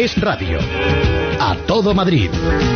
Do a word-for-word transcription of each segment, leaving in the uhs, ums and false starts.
Es Radio. A todo Madrid.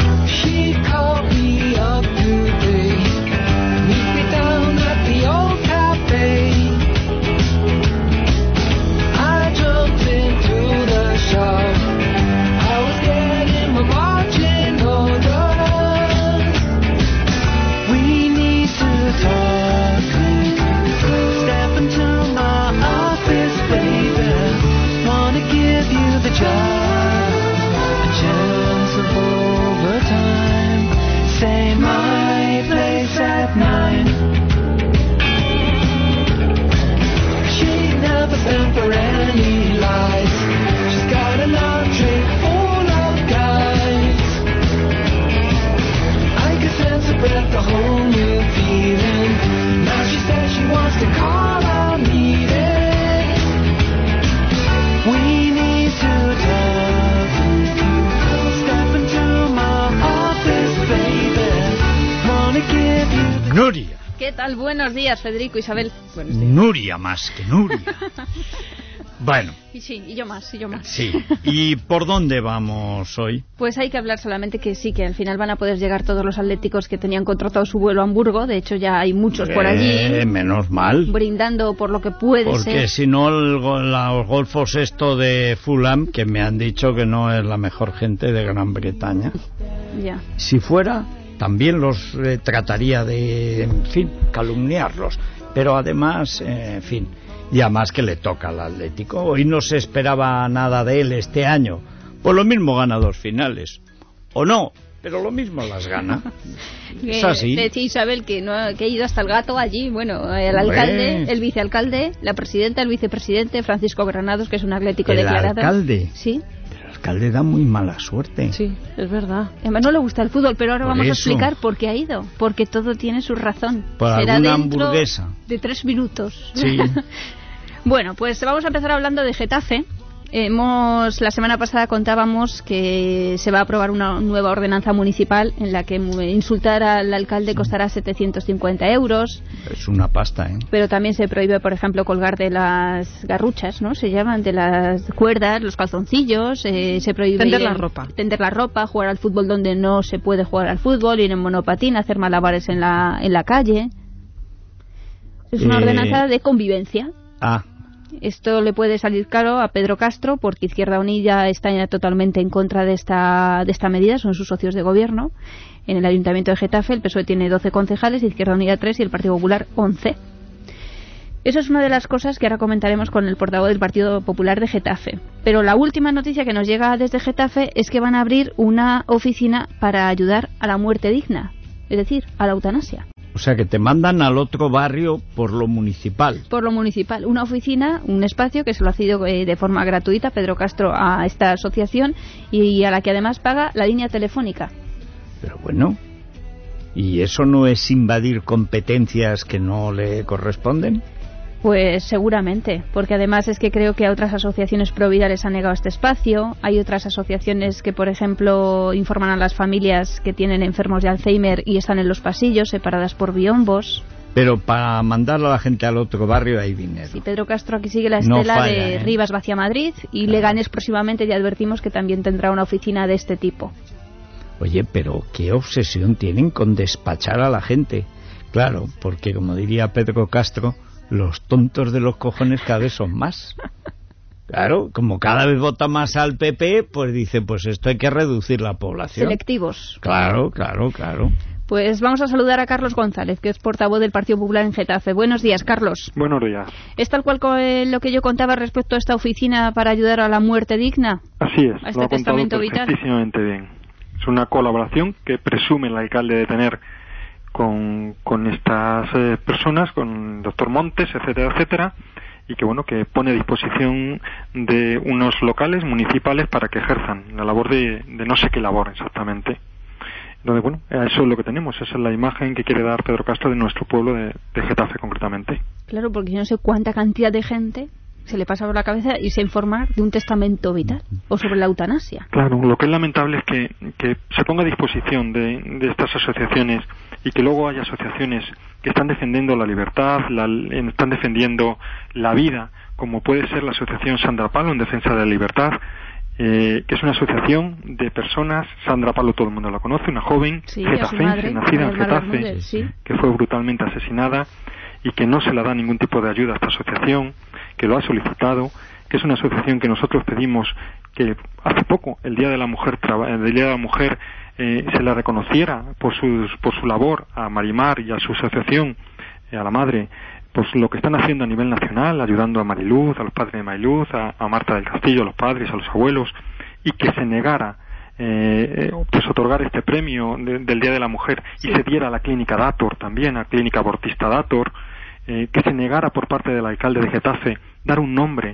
Nuria. ¿Qué tal? Buenos días, Federico, Isabel. Buenos días. Nuria más que Nuria. Bueno. Y sí, y yo más, y yo más. Sí. ¿Y por dónde vamos hoy? Pues hay que hablar solamente que sí, que al final van a poder llegar todos los atléticos que tenían contratado su vuelo a Hamburgo. De hecho, ya hay muchos por allí. Eh, menos mal. Brindando por lo que puede Porque ser. Porque si no, el, los golfos esto de Fulham, que me han dicho que no es la mejor gente de Gran Bretaña. Ya. Si fuera, también los eh, trataría de, en fin, calumniarlos. Pero además, eh, en fin, ya más que le toca al Atlético. Hoy no se esperaba nada de él este año. Pues lo mismo gana dos finales. O no, pero lo mismo las gana. Es así. Decía Isabel que, no, que ha ido hasta el gato allí. Bueno, el alcalde, Hombre. el vicealcalde, la presidenta, el vicepresidente, Francisco Granados, que es un atlético ¿El declarado. ¿El alcalde? Sí. El alcalde da muy mala suerte. Sí, es verdad. Además no le gusta el fútbol, pero ahora por vamos eso. a explicar por qué ha ido. Porque todo tiene su razón. Por Será alguna dentro hamburguesa. de tres minutos. Sí. Bueno, pues vamos a empezar hablando de Getafe. Hemos, la semana pasada contábamos que se va a aprobar una nueva ordenanza municipal en la que insultar al alcalde costará setecientos cincuenta euros. Es una pasta, ¿eh? Pero también se prohíbe, por ejemplo, colgar de las garruchas, ¿no? Se llaman, de las cuerdas, los calzoncillos. Eh, se prohíbe tender la ropa. Tender la ropa, jugar al fútbol donde no se puede jugar al fútbol, ir en monopatín, hacer malabares en la, en la calle. Es una eh... ordenanza de convivencia. Ah. Esto le puede salir caro a Pedro Castro porque Izquierda Unida está ya totalmente en contra de esta de esta medida, son sus socios de gobierno. En el Ayuntamiento de Getafe el P S O E tiene doce concejales, Izquierda Unida tres y el Partido Popular once. Eso es una de las cosas que ahora comentaremos con el portavoz del Partido Popular de Getafe. Pero la última noticia que nos llega desde Getafe es que van a abrir una oficina para ayudar a la muerte digna, es decir, a la eutanasia. O sea, que te mandan al otro barrio por lo municipal. Por lo municipal. Una oficina, un espacio que se lo ha cedido eh, de forma gratuita Pedro Castro a esta asociación y a la que además paga la línea telefónica. Pero bueno, ¿y eso no es invadir competencias que no le corresponden? Pues seguramente, porque además es que creo que a otras asociaciones pro vida les han negado este espacio. Hay otras asociaciones que, por ejemplo, informan a las familias que tienen enfermos de Alzheimer y están en los pasillos, separadas por biombos. Pero para mandar a la gente al otro barrio hay dinero. Sí, Pedro Castro aquí sigue la estela no falla, de ¿eh? Rivas Vacia Madrid y claro. Leganés próximamente ya advertimos que también tendrá una oficina de este tipo. Oye, pero qué obsesión tienen con despachar a la gente. Claro, porque como diría Pedro Castro, los tontos de los cojones cada vez son más. Claro, como cada vez vota más al P P, pues dice, pues esto hay que reducir la población. Selectivos. Claro, claro, claro. Pues vamos a saludar a Carlos González, que es portavoz del Partido Popular en Getafe. Buenos días, Carlos. Buenos días. ¿Es tal cual lo que yo contaba respecto a esta oficina para ayudar a la muerte digna? Así es, a este lo ha testamento contado vital. Perfectísimamente bien. Es una colaboración que presume el alcalde de tener con, con estas eh, personas, con el doctor Montes, etcétera, etcétera, y que bueno, que pone a disposición de unos locales municipales para que ejerzan la labor de, de no sé qué labor exactamente. Entonces, bueno, eso es lo que tenemos, esa es la imagen que quiere dar Pedro Castro de nuestro pueblo de, de Getafe concretamente. Claro, porque yo no sé cuánta cantidad de gente se le pasa por la cabeza irse a informar de un testamento vital o sobre la eutanasia. Claro, lo que es lamentable es que, que se ponga a disposición de, de estas asociaciones y que luego haya asociaciones que están defendiendo la libertad, la, están defendiendo la vida, como puede ser la asociación Sandra Palo en defensa de la libertad, eh, que es una asociación de personas. Sandra Palo todo el mundo la conoce, una joven sí, getafense, nacida en Getafe, sí. que fue brutalmente asesinada y que no se le da ningún tipo de ayuda a esta asociación, que lo ha solicitado, que es una asociación que nosotros pedimos que hace poco, el Día de la Mujer, el Día de la Mujer eh, se la reconociera por su, por su labor a Marimar y a su asociación, eh, a la madre, pues lo que están haciendo a nivel nacional, ayudando a Mariluz, a los padres de Mariluz, a, a Marta del Castillo, a los padres, a los abuelos, y que se negara eh, pues otorgar este premio de, del Día de la Mujer y se diera a la clínica Dator también, a clínica abortista Dator, eh, que se negara por parte del alcalde de Getafe dar un nombre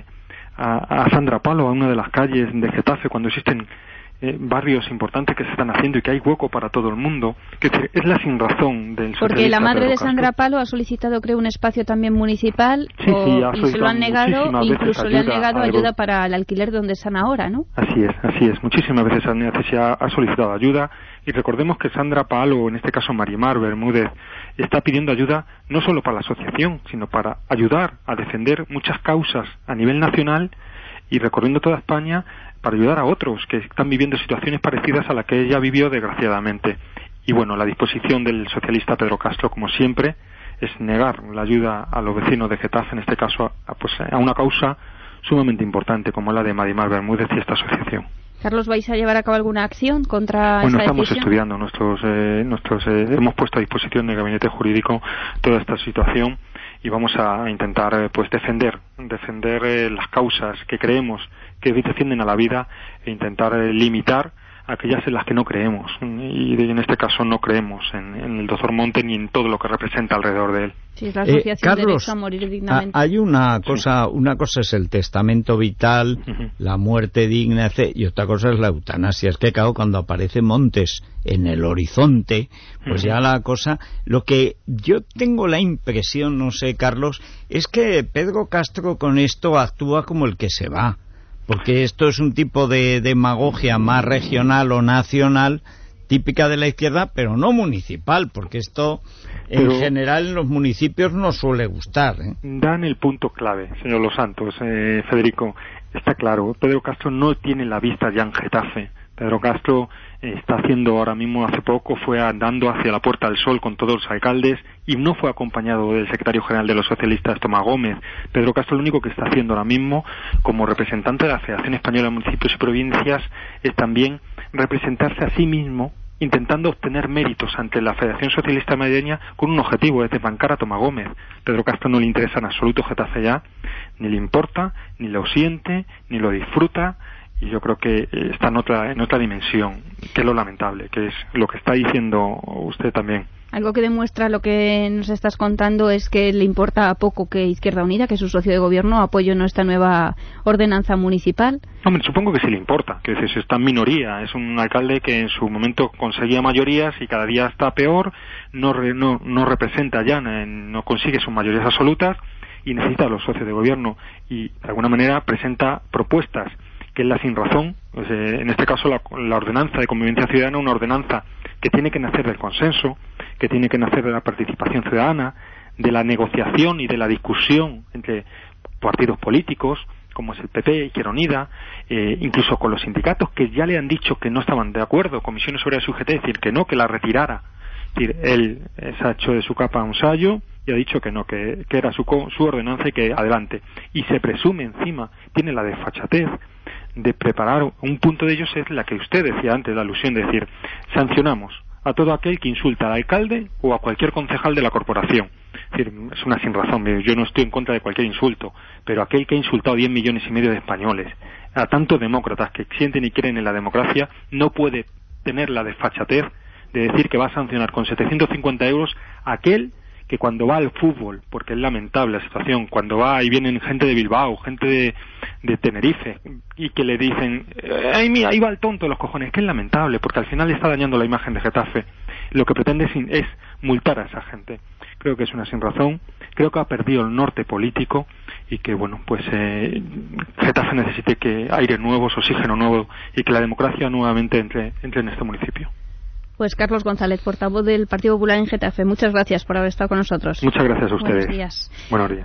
a, a Sandra Palo, a una de las calles de Getafe, cuando existen eh, barrios importantes que se están haciendo y que hay hueco para todo el mundo, que es la sinrazón del socialista. Porque la madre Pedro de Sandra Castro. Palo ha solicitado, creo, un espacio también municipal, sí, o, sí, ha y se lo han negado, incluso le han negado ayuda, ayuda para el alquiler donde están ahora, ¿no? Así es, así es. Muchísimas veces se ha, ha solicitado ayuda, y recordemos que Sandra Palo, en este caso Marimar Bermúdez, está pidiendo ayuda no solo para la asociación, sino para ayudar a defender muchas causas a nivel nacional y recorriendo toda España para ayudar a otros que están viviendo situaciones parecidas a la que ella vivió, desgraciadamente. Y bueno, la disposición del socialista Pedro Castro, como siempre, es negar la ayuda a los vecinos de Getafe, en este caso a, pues, a una causa sumamente importante como la de Marimar Bermúdez y esta asociación. Carlos, ¿vais a llevar a cabo alguna acción contra bueno, esta estamos decisión? estudiando nuestros eh, nuestros eh, hemos puesto a disposición del gabinete jurídico toda esta situación y vamos a intentar eh, pues defender defender eh, las causas que creemos que defienden a la vida e intentar eh, limitar aquellas en las que no creemos, y en este caso no creemos en, en el doctor Monte ni en todo lo que representa alrededor de él. Sí, es la asociación eh, Carlos, Derecho a Morir Dignamente. A, hay una cosa, sí. una cosa es el testamento vital, uh-huh. la muerte digna, y otra cosa es la eutanasia. Es que claro, cuando aparece Montes en el horizonte, pues uh-huh. ya la cosa, lo que yo tengo la impresión, no sé, Carlos, es que Pedro Castro con esto actúa como el que se va. Porque esto es un tipo de demagogia más regional o nacional, típica de la izquierda, pero no municipal, porque esto en pero general en los municipios no suele gustar, ¿eh? Dan el punto clave, señor Los Santos, eh, Federico, está claro, Pedro Castro no tiene la vista ya en Getafe. Pedro Castro eh, está haciendo ahora mismo, hace poco, fue andando hacia la Puerta del Sol con todos los alcaldes y no fue acompañado del secretario general de los socialistas, Tomás Gómez. Pedro Castro lo único que está haciendo ahora mismo, como representante de la Federación Española de Municipios y Provincias, es también representarse a sí mismo, intentando obtener méritos ante la Federación Socialista Madrileña con un objetivo, es desbancar a Tomás Gómez. Pedro Castro no le interesa en absoluto Getafe ya, ni le importa, ni lo siente, ni lo disfruta, y yo creo que está en otra, en otra dimensión, que es lo lamentable, que es lo que está diciendo usted también. Algo que demuestra lo que nos estás contando es que le importa poco que Izquierda Unida, que es su socio de gobierno, apoye esta nueva ordenanza municipal. Hombre, supongo que sí le importa, que es, está en minoría, es un alcalde que en su momento conseguía mayorías y cada día está peor, no, re, no, no representa ya, no consigue sus mayorías absolutas y necesita a los socios de gobierno y de alguna manera presenta propuestas que es la sinrazón, pues, eh, en este caso la, la ordenanza de convivencia ciudadana, una ordenanza que tiene que nacer del consenso, que tiene que nacer de la participación ciudadana, de la negociación y de la discusión entre partidos políticos, como es el P P, Izquierda Unida, eh, incluso con los sindicatos, que ya le han dicho que no estaban de acuerdo, comisiones sobre la U G T, es decir, que no, que la retirara. Es decir, él se ha hecho de su capa un sayo y ha dicho que no, que, que era su, su ordenanza y que adelante. Y se presume encima, tiene la desfachatez de preparar, un punto de ellos es la que usted decía antes, la alusión de decir, sancionamos a todo aquel que insulta al alcalde o a cualquier concejal de la corporación. Es decir, es una sinrazón, yo no estoy en contra de cualquier insulto, pero aquel que ha insultado a diez millones y medio de españoles, a tantos demócratas que sienten y creen en la democracia, no puede tener la desfachatez de decir que va a sancionar con setecientos cincuenta euros a aquel que cuando va al fútbol, porque es lamentable la situación, cuando va y vienen gente de Bilbao, gente de, de Tenerife, y que le dicen, ay mira, ahí va el tonto de los cojones, que es lamentable, porque al final le está dañando la imagen de Getafe. Lo que pretende es, es multar a esa gente. Creo que es una sinrazón, creo que ha perdido el norte político, y que bueno, pues eh, Getafe necesite que aire nuevos, oxígeno nuevo, y que la democracia nuevamente entre, entre en este municipio. Pues Carlos González, portavoz del Partido Popular en Getafe, muchas gracias por haber estado con nosotros. Muchas gracias a ustedes. Buenos días. Buenos días.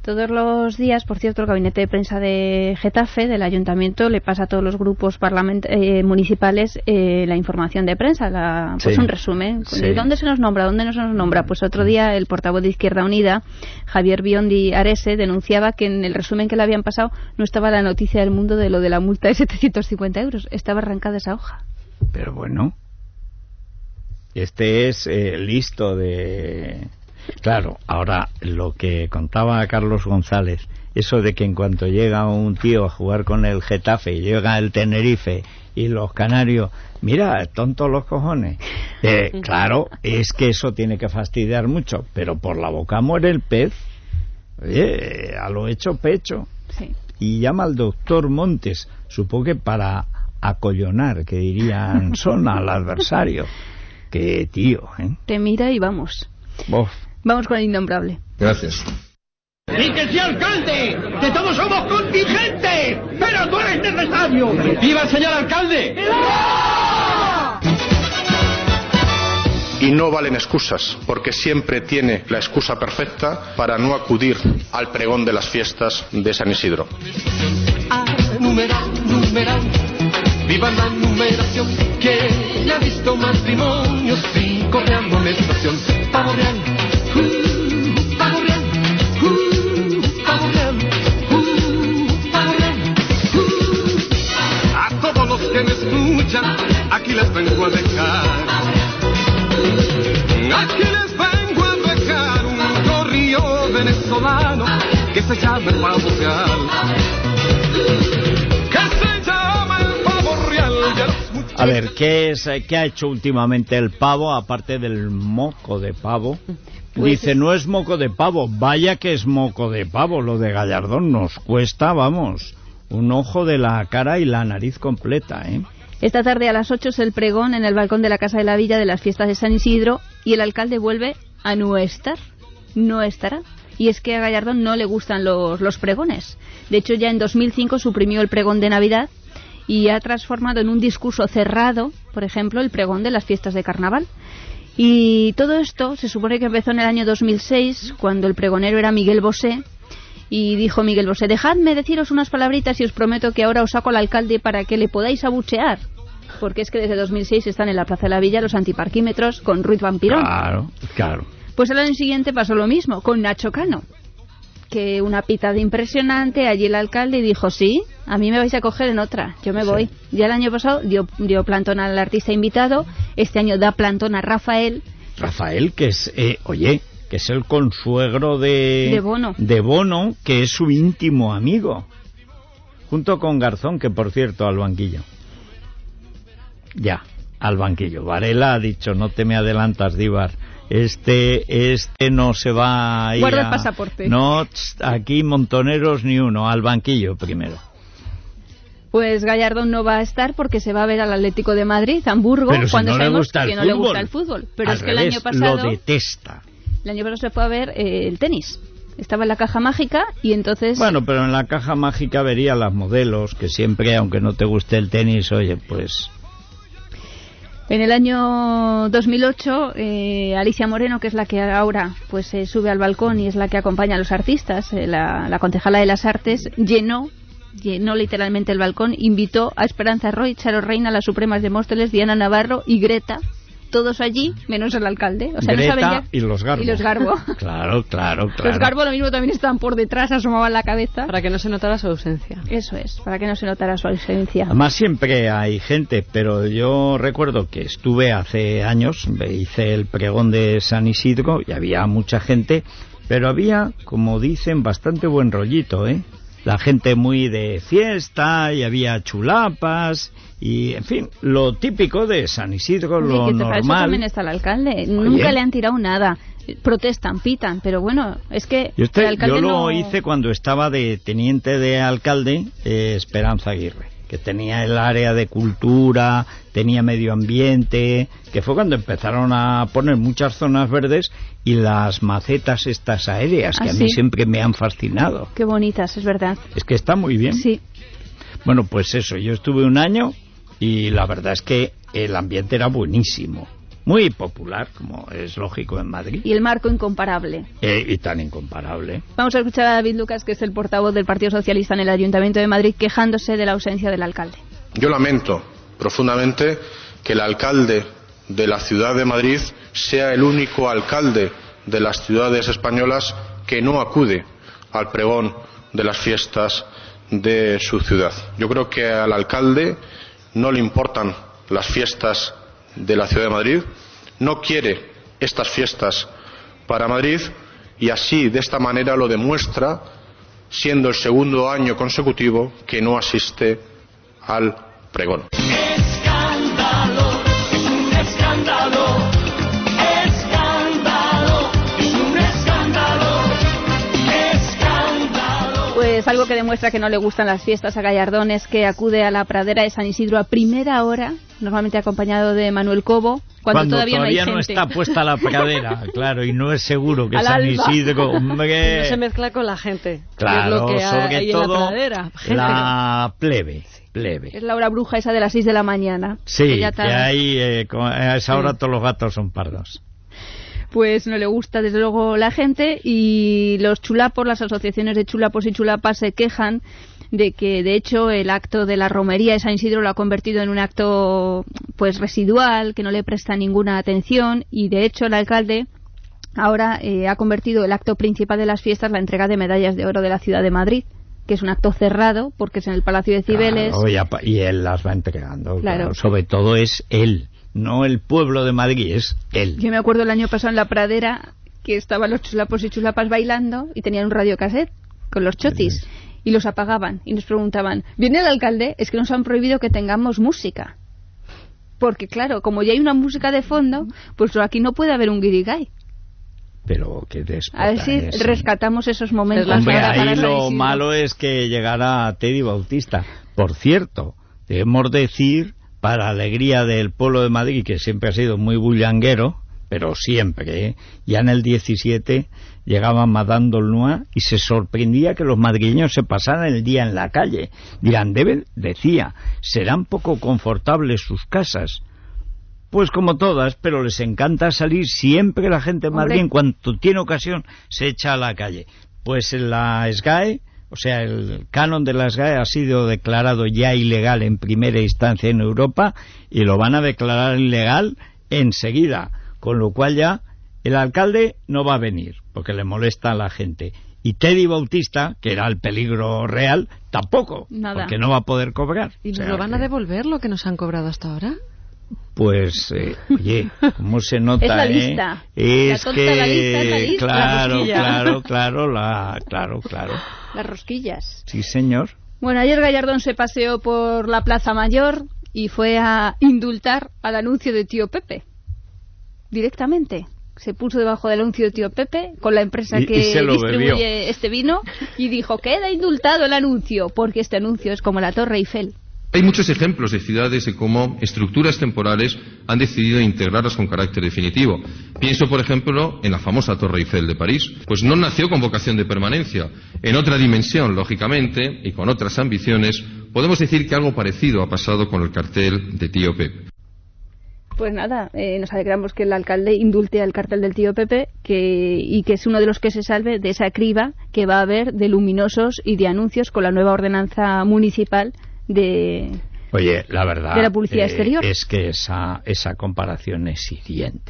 Todos los días, por cierto, el gabinete de prensa de Getafe, del ayuntamiento, le pasa a todos los grupos parlament eh, municipales eh, la información de prensa, la, pues sí. un resumen. Sí. ¿De dónde se nos nombra? ¿Dónde no se nos nombra? Pues otro día el portavoz de Izquierda Unida, Javier Biondi Arese, denunciaba que en el resumen que le habían pasado no estaba la noticia del mundo de lo de la multa de setecientos cincuenta euros. Estaba arrancada esa hoja. Pero bueno, este es eh, listo de... Claro, ahora lo que contaba Carlos González, eso de que en cuanto llega un tío a jugar con el Getafe y llega el Tenerife y los canarios, mira, tontos los cojones. Eh, claro, es que eso tiene que fastidiar mucho, pero por la boca muere el pez. Oye, a lo hecho pecho. Sí. Y llama al doctor Montes, supongo que para acollonar, que dirían son al adversario. Qué tío, ¿eh? Te mira y vamos. Bof. Vamos con el innombrable. Gracias. ¡Y que sí, alcalde! ¡Que todos somos contingentes! ¡Pero tú eres necesario! ¡Viva el señor alcalde! ¡Viva! Y no valen excusas, porque siempre tiene la excusa perfecta para no acudir al pregón de las fiestas de San Isidro. Ah, numeral, numeral. Viva la numeración, que ya ha visto matrimonios sin correr amonestación. Pavo real, uh, pavo real, uh, pavo real, uh, pavo real, uh. A todos los que me escuchan, aquí les vengo a dejar. Aquí les vengo a dejar un corrillo venezolano que se llama el pavo real. A ver, ¿qué es qué ha hecho últimamente el pavo, aparte del moco de pavo? Pues dice, no es moco de pavo, vaya que es moco de pavo, lo de Gallardón nos cuesta, vamos, un ojo de la cara y la nariz completa, ¿eh? Esta tarde a las ocho es el pregón en el balcón de la Casa de la Villa de las fiestas de San Isidro y el alcalde vuelve a no estar, no estará. Y es que a Gallardón no le gustan los, los pregones. De hecho, ya en dos mil cinco suprimió el pregón de Navidad y ha transformado en un discurso cerrado, por ejemplo, el pregón de las fiestas de Carnaval. Y todo esto se supone que empezó en el año dos mil seis, cuando el pregonero era Miguel Bosé, y dijo Miguel Bosé, dejadme deciros unas palabritas y os prometo que ahora os saco al alcalde para que le podáis abuchear. Porque es que desde dos mil seis están en la Plaza de la Villa los antiparquímetros con Ruiz Vampirón. Claro, claro. Pues el año siguiente pasó lo mismo, con Nacho Cano. Que una pitada impresionante, allí el alcalde dijo, sí, a mí me vais a coger en otra, yo me sí. voy. Ya el año pasado dio, dio plantón al artista invitado, este año da plantón a Rafael. Rafael, que es, eh, oye, que es el consuegro de... De Bono. De Bono, que es su íntimo amigo. Junto con Garzón, que por cierto, al banquillo. Ya, al banquillo. Varela ha dicho, no te me adelantas, Díbar. Este este no se va a ir. Guarda a... el pasaporte. No, aquí montoneros ni uno, al banquillo primero. Pues Gallardón no va a estar porque se va a ver al Atlético de Madrid, Hamburgo, Pero si cuando no sabemos le gusta que el no fútbol. le gusta el fútbol. Pero Al es que revés, el año pasado lo detesta. El año pasado se fue a ver eh, el tenis. Estaba en la caja mágica y entonces... Bueno, pero en la caja mágica vería las modelos, que siempre, aunque no te guste el tenis, oye, pues... En el año dos mil ocho, eh, Alicia Moreno, que es la que ahora pues se eh, sube al balcón y es la que acompaña a los artistas, eh, la, la concejala de las artes, llenó, llenó literalmente el balcón, invitó a Esperanza Roy, Charo Reina, las Supremas de Móstoles, Diana Navarro y Greta, todos allí, menos el alcalde. O sea, Greta no saben ya... y los Garbo. Y los Garbo. Claro, claro, claro. Los Garbo lo mismo también estaban por detrás, asomaban la cabeza. Para que no se notara su ausencia. Eso es, para que no se notara su ausencia. Además siempre hay gente, pero yo recuerdo que estuve hace años, hice el pregón de San Isidro y había mucha gente, pero había, como dicen, bastante buen rollito, ¿eh? La gente muy de fiesta y había chulapas y, en fin, lo típico de San Isidro, sí, lo que normal. Para eso también está el alcalde. Oye. Nunca le han tirado nada. Protestan, pitan, pero bueno, es que yo, este, el alcalde yo lo no... hice cuando estaba de teniente de alcalde eh, Esperanza Aguirre, que tenía el área de cultura, tenía medio ambiente, que fue cuando empezaron a poner muchas zonas verdes y las macetas estas aéreas, que ¿Ah, a mí sí? siempre me han fascinado. Qué bonitas, es verdad. Es que está muy bien. Sí. Bueno, pues eso, yo estuve un año y la verdad es que el ambiente era buenísimo. muy popular, como es lógico en Madrid. Y el marco incomparable. Eh, y tan incomparable. Vamos a escuchar a David Lucas, que es el portavoz del Partido Socialista en el Ayuntamiento de Madrid, quejándose de la ausencia del alcalde. Yo lamento profundamente que el alcalde de la ciudad de Madrid sea el único alcalde de las ciudades españolas que no acude al pregón de las fiestas de su ciudad. Yo creo que al alcalde no le importan las fiestas de la ciudad de Madrid, no quiere estas fiestas para Madrid y así, de esta manera, lo demuestra, siendo el segundo año consecutivo que no asiste al pregón. Escándalo, es un escándalo, escándalo, es un escándalo, escándalo. Pues algo que demuestra que no le gustan las fiestas a Gallardón es que acude a la pradera de San Isidro a primera hora, normalmente acompañado de Manuel Cobo, cuando, cuando todavía, todavía no, hay no gente. está puesta la pradera, claro, y no es seguro que Al San alba. Isidro, hombre... No se mezcla con la gente. Claro, que es lo que sobre hay todo en la pradera. Gente. la plebe, plebe. Es la hora bruja esa de las seis de la mañana. Sí, que, ya que tarda. ahí eh, con- a esa hora Sí. todos los gatos son pardos. Pues no le gusta desde luego la gente, y los chulapos, las asociaciones de chulapos y chulapas se quejan de que de hecho el acto de la romería de San Isidro lo ha convertido en un acto pues residual, que no le presta ninguna atención, y de hecho el alcalde ahora eh, ha convertido el acto principal de las fiestas la entrega de medallas de oro de la ciudad de Madrid, que es un acto cerrado porque es en el Palacio de Cibeles. Claro, y, apa- y él las va entregando. Claro. Claro. Sobre todo es él, no el pueblo de Madrid, es él. Yo me acuerdo el año pasado en la pradera que estaban los chulapos y chulapas bailando y tenían un radiocassette con los chotis. Sí. Y los apagaban y nos preguntaban, ¿viene el alcalde? Es que nos han prohibido que tengamos música. Porque claro, como ya hay una música de fondo, pues aquí no puede haber un guirigay. Pero qué déspota A ver si es. rescatamos esos momentos. Hombre, ahora para ahí San lo Isidro. malo es que llegara Teddy Bautista. Por cierto, debemos decir, para alegría del pueblo de Madrid, que siempre ha sido muy bullanguero, pero siempre, ¿eh? Ya en el diecisiete llegaba Madame Dolnois y se sorprendía que los madrileños se pasaran el día en la calle. Dirán, deben, decía, serán poco confortables sus casas. Pues como todas, pero les encanta salir siempre. La gente en Madrid, Hombre. en cuanto tiene ocasión, se echa a la calle. Pues en la S G A E, o sea, el canon de la S G A E ha sido declarado ya ilegal en primera instancia en Europa y lo van a declarar ilegal enseguida, con lo cual ya el alcalde no va a venir porque le molesta a la gente. Y Teddy Bautista, que era el peligro real, tampoco, Nada. porque no va a poder cobrar. ¿Y O nos sea lo van a que- devolver lo que nos han cobrado hasta ahora? Pues, eh, oye, ¿cómo se nota, Es la eh? lista. Es La tonta, que, la lista, la lista, la claro, rosquilla. claro, claro, la, claro, claro. Las rosquillas. Sí, señor. Bueno, ayer Gallardón se paseó por la Plaza Mayor y fue a indultar al anuncio de Tío Pepe. Directamente. Se puso debajo del anuncio de Tío Pepe con la empresa Y- que y se lo distribuye bebió. este vino y dijo, queda indultado el anuncio, porque este anuncio es como la Torre Eiffel. Hay muchos ejemplos de ciudades de cómo estructuras temporales han decidido integrarlas con carácter definitivo. Pienso, por ejemplo, en la famosa Torre Eiffel de París. Pues no nació con vocación de permanencia. En otra dimensión, lógicamente, y con otras ambiciones, podemos decir que algo parecido ha pasado con el cartel de Tío Pepe. Pues nada, eh, nos alegramos que el alcalde indulte al cartel del Tío Pepe que, y que es uno de los que se salve de esa criba que va a haber de luminosos y de anuncios con la nueva ordenanza municipal de... Oye, la verdad de la publicidad eh, exterior. es que esa, esa comparación es hiriente.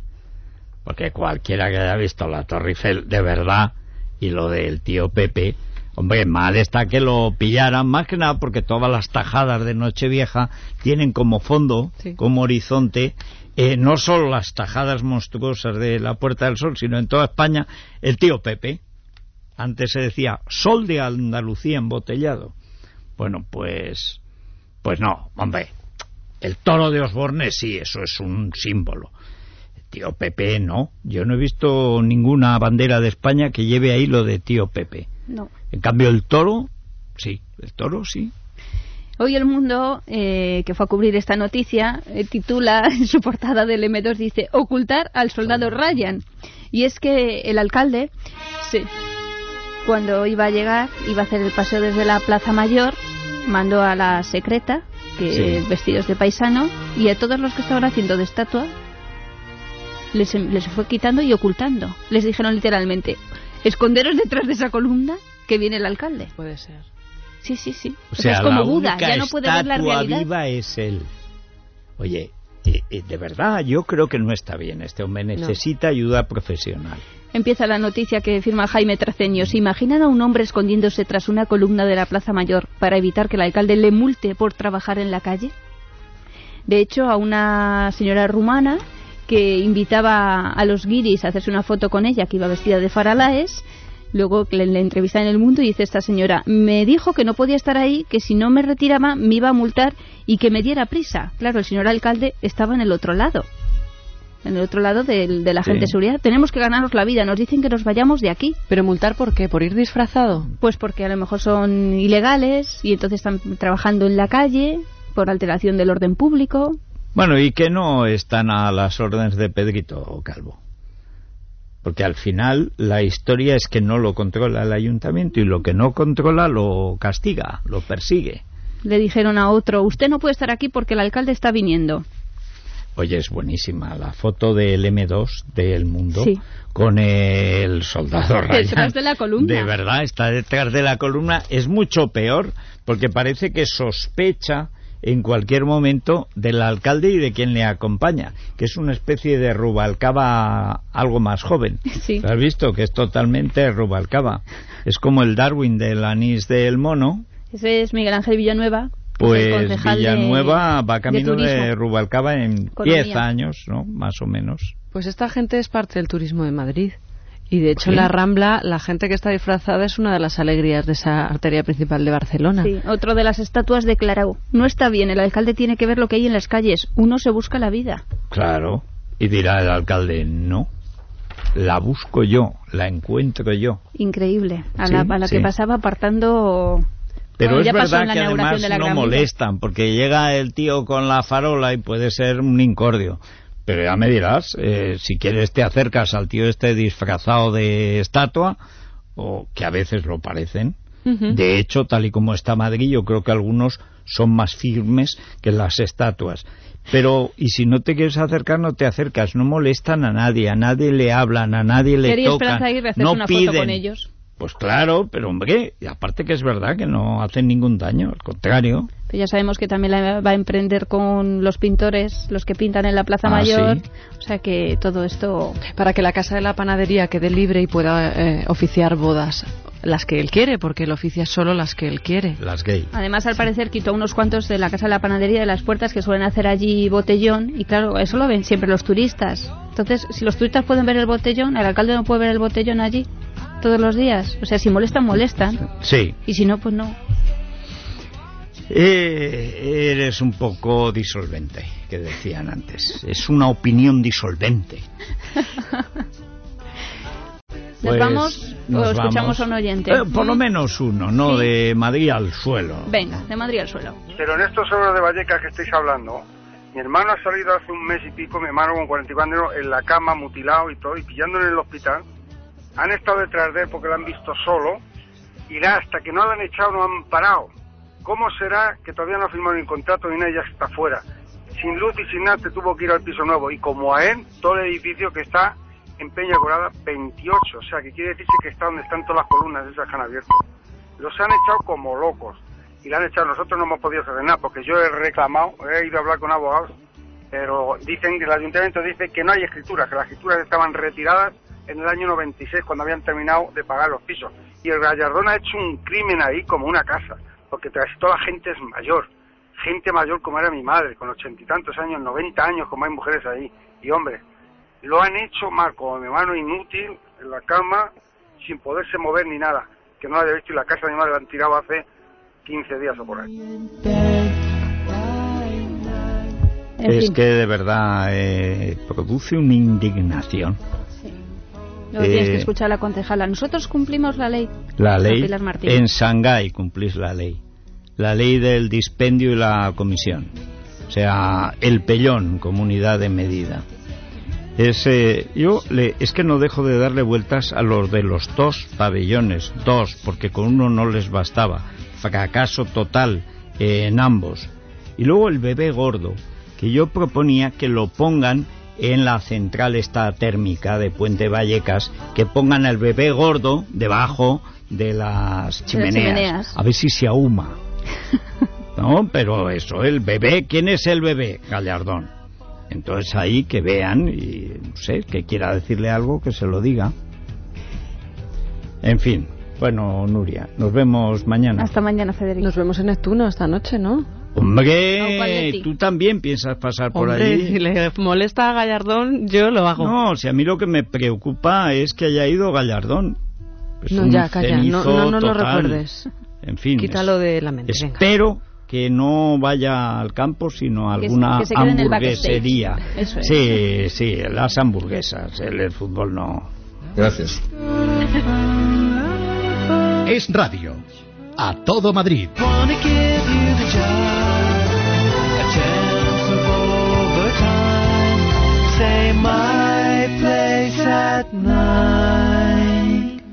Porque cualquiera que haya visto la Torre Eiffel de verdad y lo del Tío Pepe, hombre, mal está que lo pillaran, más que nada porque todas las tajadas de Nochevieja tienen como fondo, Sí. como horizonte, eh, no solo las tajadas monstruosas de la Puerta del Sol, sino en toda España, el Tío Pepe. Antes se decía Sol de Andalucía embotellado. Bueno, pues pues no, hombre, el toro de Osborne sí, eso es un símbolo. El Tío Pepe no, yo no he visto ninguna bandera de España que lleve ahí lo de Tío Pepe. No. En cambio el toro, sí, el toro sí. Hoy El Mundo, eh, que fue a cubrir esta noticia, eh, titula en su portada del eme dos, dice, ocultar al soldado Ryan. Y es que el alcalde, sí, cuando iba a llegar, iba a hacer el paseo desde la Plaza Mayor, mandó a la secreta, que Sí. vestidos de paisano, y a todos los que estaban haciendo de estatua, les, les fue quitando y ocultando. Les dijeron literalmente, esconderos detrás de esa columna que viene el alcalde. Puede ser. Sí, sí, sí. O sea, es como la Buda, única ya no puede ver la estatua realidad. viva es él. Oye, eh, eh, de verdad, yo creo que no está bien. Este hombre necesita no. ayuda profesional. Empieza la noticia que firma Jaime Traceño. ¿Se imaginan a un hombre escondiéndose tras una columna de la Plaza Mayor para evitar que el alcalde le multe por trabajar en la calle? De hecho, a una señora rumana que invitaba a los guiris a hacerse una foto con ella, que iba vestida de faralaes, luego le, le entrevista en El Mundo y dice esta señora, me dijo que no podía estar ahí, que si no me retiraba me iba a multar y que me diera prisa. Claro, el señor alcalde estaba en el otro lado. En el otro lado del, de la gente de seguridad. Tenemos que ganarnos la vida. Nos dicen que nos vayamos de aquí. ¿Pero multar por qué? ¿Por ir disfrazado? Pues porque a lo mejor son ilegales y entonces están trabajando en la calle por alteración del orden público. Bueno, y que no están a las órdenes de Pedrito Calvo. Porque al final la historia es que no lo controla el ayuntamiento y lo que no controla lo castiga, lo persigue. Le dijeron a otro, usted no puede estar aquí porque el alcalde está viniendo. Oye, es buenísima la foto del eme dos de El Mundo, sí, con el soldado Ryan. Detrás de la columna. De verdad, está detrás de la columna. Es mucho peor, porque parece que sospecha en cualquier momento del alcalde y de quien le acompaña, que es una especie de Rubalcaba algo más joven. Sí. ¿Lo has visto? Que es totalmente Rubalcaba. Es como el Darwin del anís del mono. Ese es Miguel Ángel Villanueva. Pues Villanueva de, va camino de, de Rubalcaba en diez años, ¿no? Más o menos. Pues esta gente es parte del turismo de Madrid. Y de hecho, ¿sí? En la Rambla, la gente que está disfrazada es una de las alegrías de esa arteria principal de Barcelona. Sí, otro de las estatuas declaró, no está bien, el alcalde tiene que ver lo que hay en las calles, uno se busca la vida. Claro, y dirá el alcalde, no, la busco yo, la encuentro yo. Increíble, a sí, la, a la sí. que pasaba apartando... Pero bueno, es verdad que además de no molestan, porque llega el tío con la farola y puede ser un incordio. Pero ya me dirás, eh, si quieres te acercas al tío este disfrazado de estatua, o que a veces lo parecen. Uh-huh. De hecho, tal y como está Madrid, yo creo que algunos son más firmes que las estatuas. Pero, y si no te quieres acercar, no te acercas. No molestan a nadie, a nadie le hablan, a nadie le Quería tocan, Esperanza Aguirre hacerse no una piden. Foto con ellos. Pues claro, pero hombre, y aparte que es verdad que no hacen ningún daño, al contrario. Pero ya sabemos que también la va a emprender con los pintores, los que pintan en la Plaza ah, Mayor. ¿sí? O sea que todo esto... Para que la Casa de la Panadería quede libre y pueda eh, oficiar bodas, las que él quiere, porque él oficia solo las que él quiere. Las gay. Además, al parecer, quitó unos cuantos de la Casa de la Panadería de las puertas que suelen hacer allí botellón. Y claro, eso lo ven siempre los turistas. Entonces, si los turistas pueden ver el botellón, el alcalde no puede ver el botellón allí todos los días. O sea, si molestan, molestan. Sí. Y si no, pues no. Eh, eres un poco disolvente, que decían antes. Es una opinión disolvente. ¿Nos pues vamos nos o escuchamos vamos. a un oyente? Eh, por lo menos uno, ¿no? Sí. De Madrid al suelo. Venga, de Madrid al suelo. Pero en estos horas de Vallecas que estáis hablando, mi hermano ha salido hace un mes y pico, mi hermano con cuarenta y cuatro años, en la cama, mutilado y todo, y pillándolo en el hospital. Han estado detrás de él porque lo han visto solo, y hasta que no lo han echado no han parado. ¿Cómo será que todavía no ha firmado el contrato y nadie ya está fuera? Sin luz y sin nada te tuvo que ir al piso nuevo, y como a él, todo el edificio que está en Peña Colada veintiocho, o sea que quiere decirse que está donde están todas las columnas esas que han abierto. Los han echado como locos, y la han echado. Nosotros no hemos podido hacer nada, porque yo he reclamado, he ido a hablar con abogados, pero dicen que el ayuntamiento dice que no hay escrituras, que las escrituras estaban retiradas en el año noventa y seis, cuando habían terminado de pagar los pisos. Y el Gallardón ha hecho un crimen ahí como una casa, porque casi toda la gente es mayor, gente mayor como era mi madre, con ochenta y tantos años, noventa años, como hay mujeres ahí. Y hombre, lo han hecho mal, como mi hermano inútil, en la cama, sin poderse mover ni nada, que no lo haya visto, y la casa de mi madre la han tirado hace quince días o por ahí. Es que de verdad eh, produce una indignación. Luego eh, tienes que escuchar a la concejala. Nosotros cumplimos la ley. La ley. En Shanghái cumplís la ley. La ley del dispendio y la comisión. O sea, el pellón como unidad de medida. Es, eh, yo le, es que no dejo de darle vueltas a los de los dos pabellones. Dos, porque con uno no les bastaba. Fracaso total eh, en ambos. Y luego el bebé gordo, que yo proponía que lo pongan en la central esta térmica de Puente Vallecas, que pongan el bebé gordo debajo de las chimeneas, de las chimeneas. A ver si se ahuma. No, pero eso, el bebé, ¿quién es el bebé? Gallardón. Entonces ahí que vean y no sé, que quiera decirle algo, que se lo diga. En fin, bueno, Nuria, nos vemos mañana. Hasta mañana, Federico. Nos vemos en Neptuno esta noche, ¿no? Hombre, tú también piensas pasar por Hombre, allí. Si le molesta a Gallardón, yo lo hago. No, si a mí lo que me preocupa es que haya ido Gallardón. Es no, un ya, calla, no, no, no lo total. recuerdes. En fin. Quítalo es, de la mente. Espero venga. que no vaya al campo, sino a alguna que se, que se hamburguesería. Eso es. Sí, sí, las hamburguesas. El, el fútbol no. Gracias. Es radio. A todo Madrid. Say my place at night.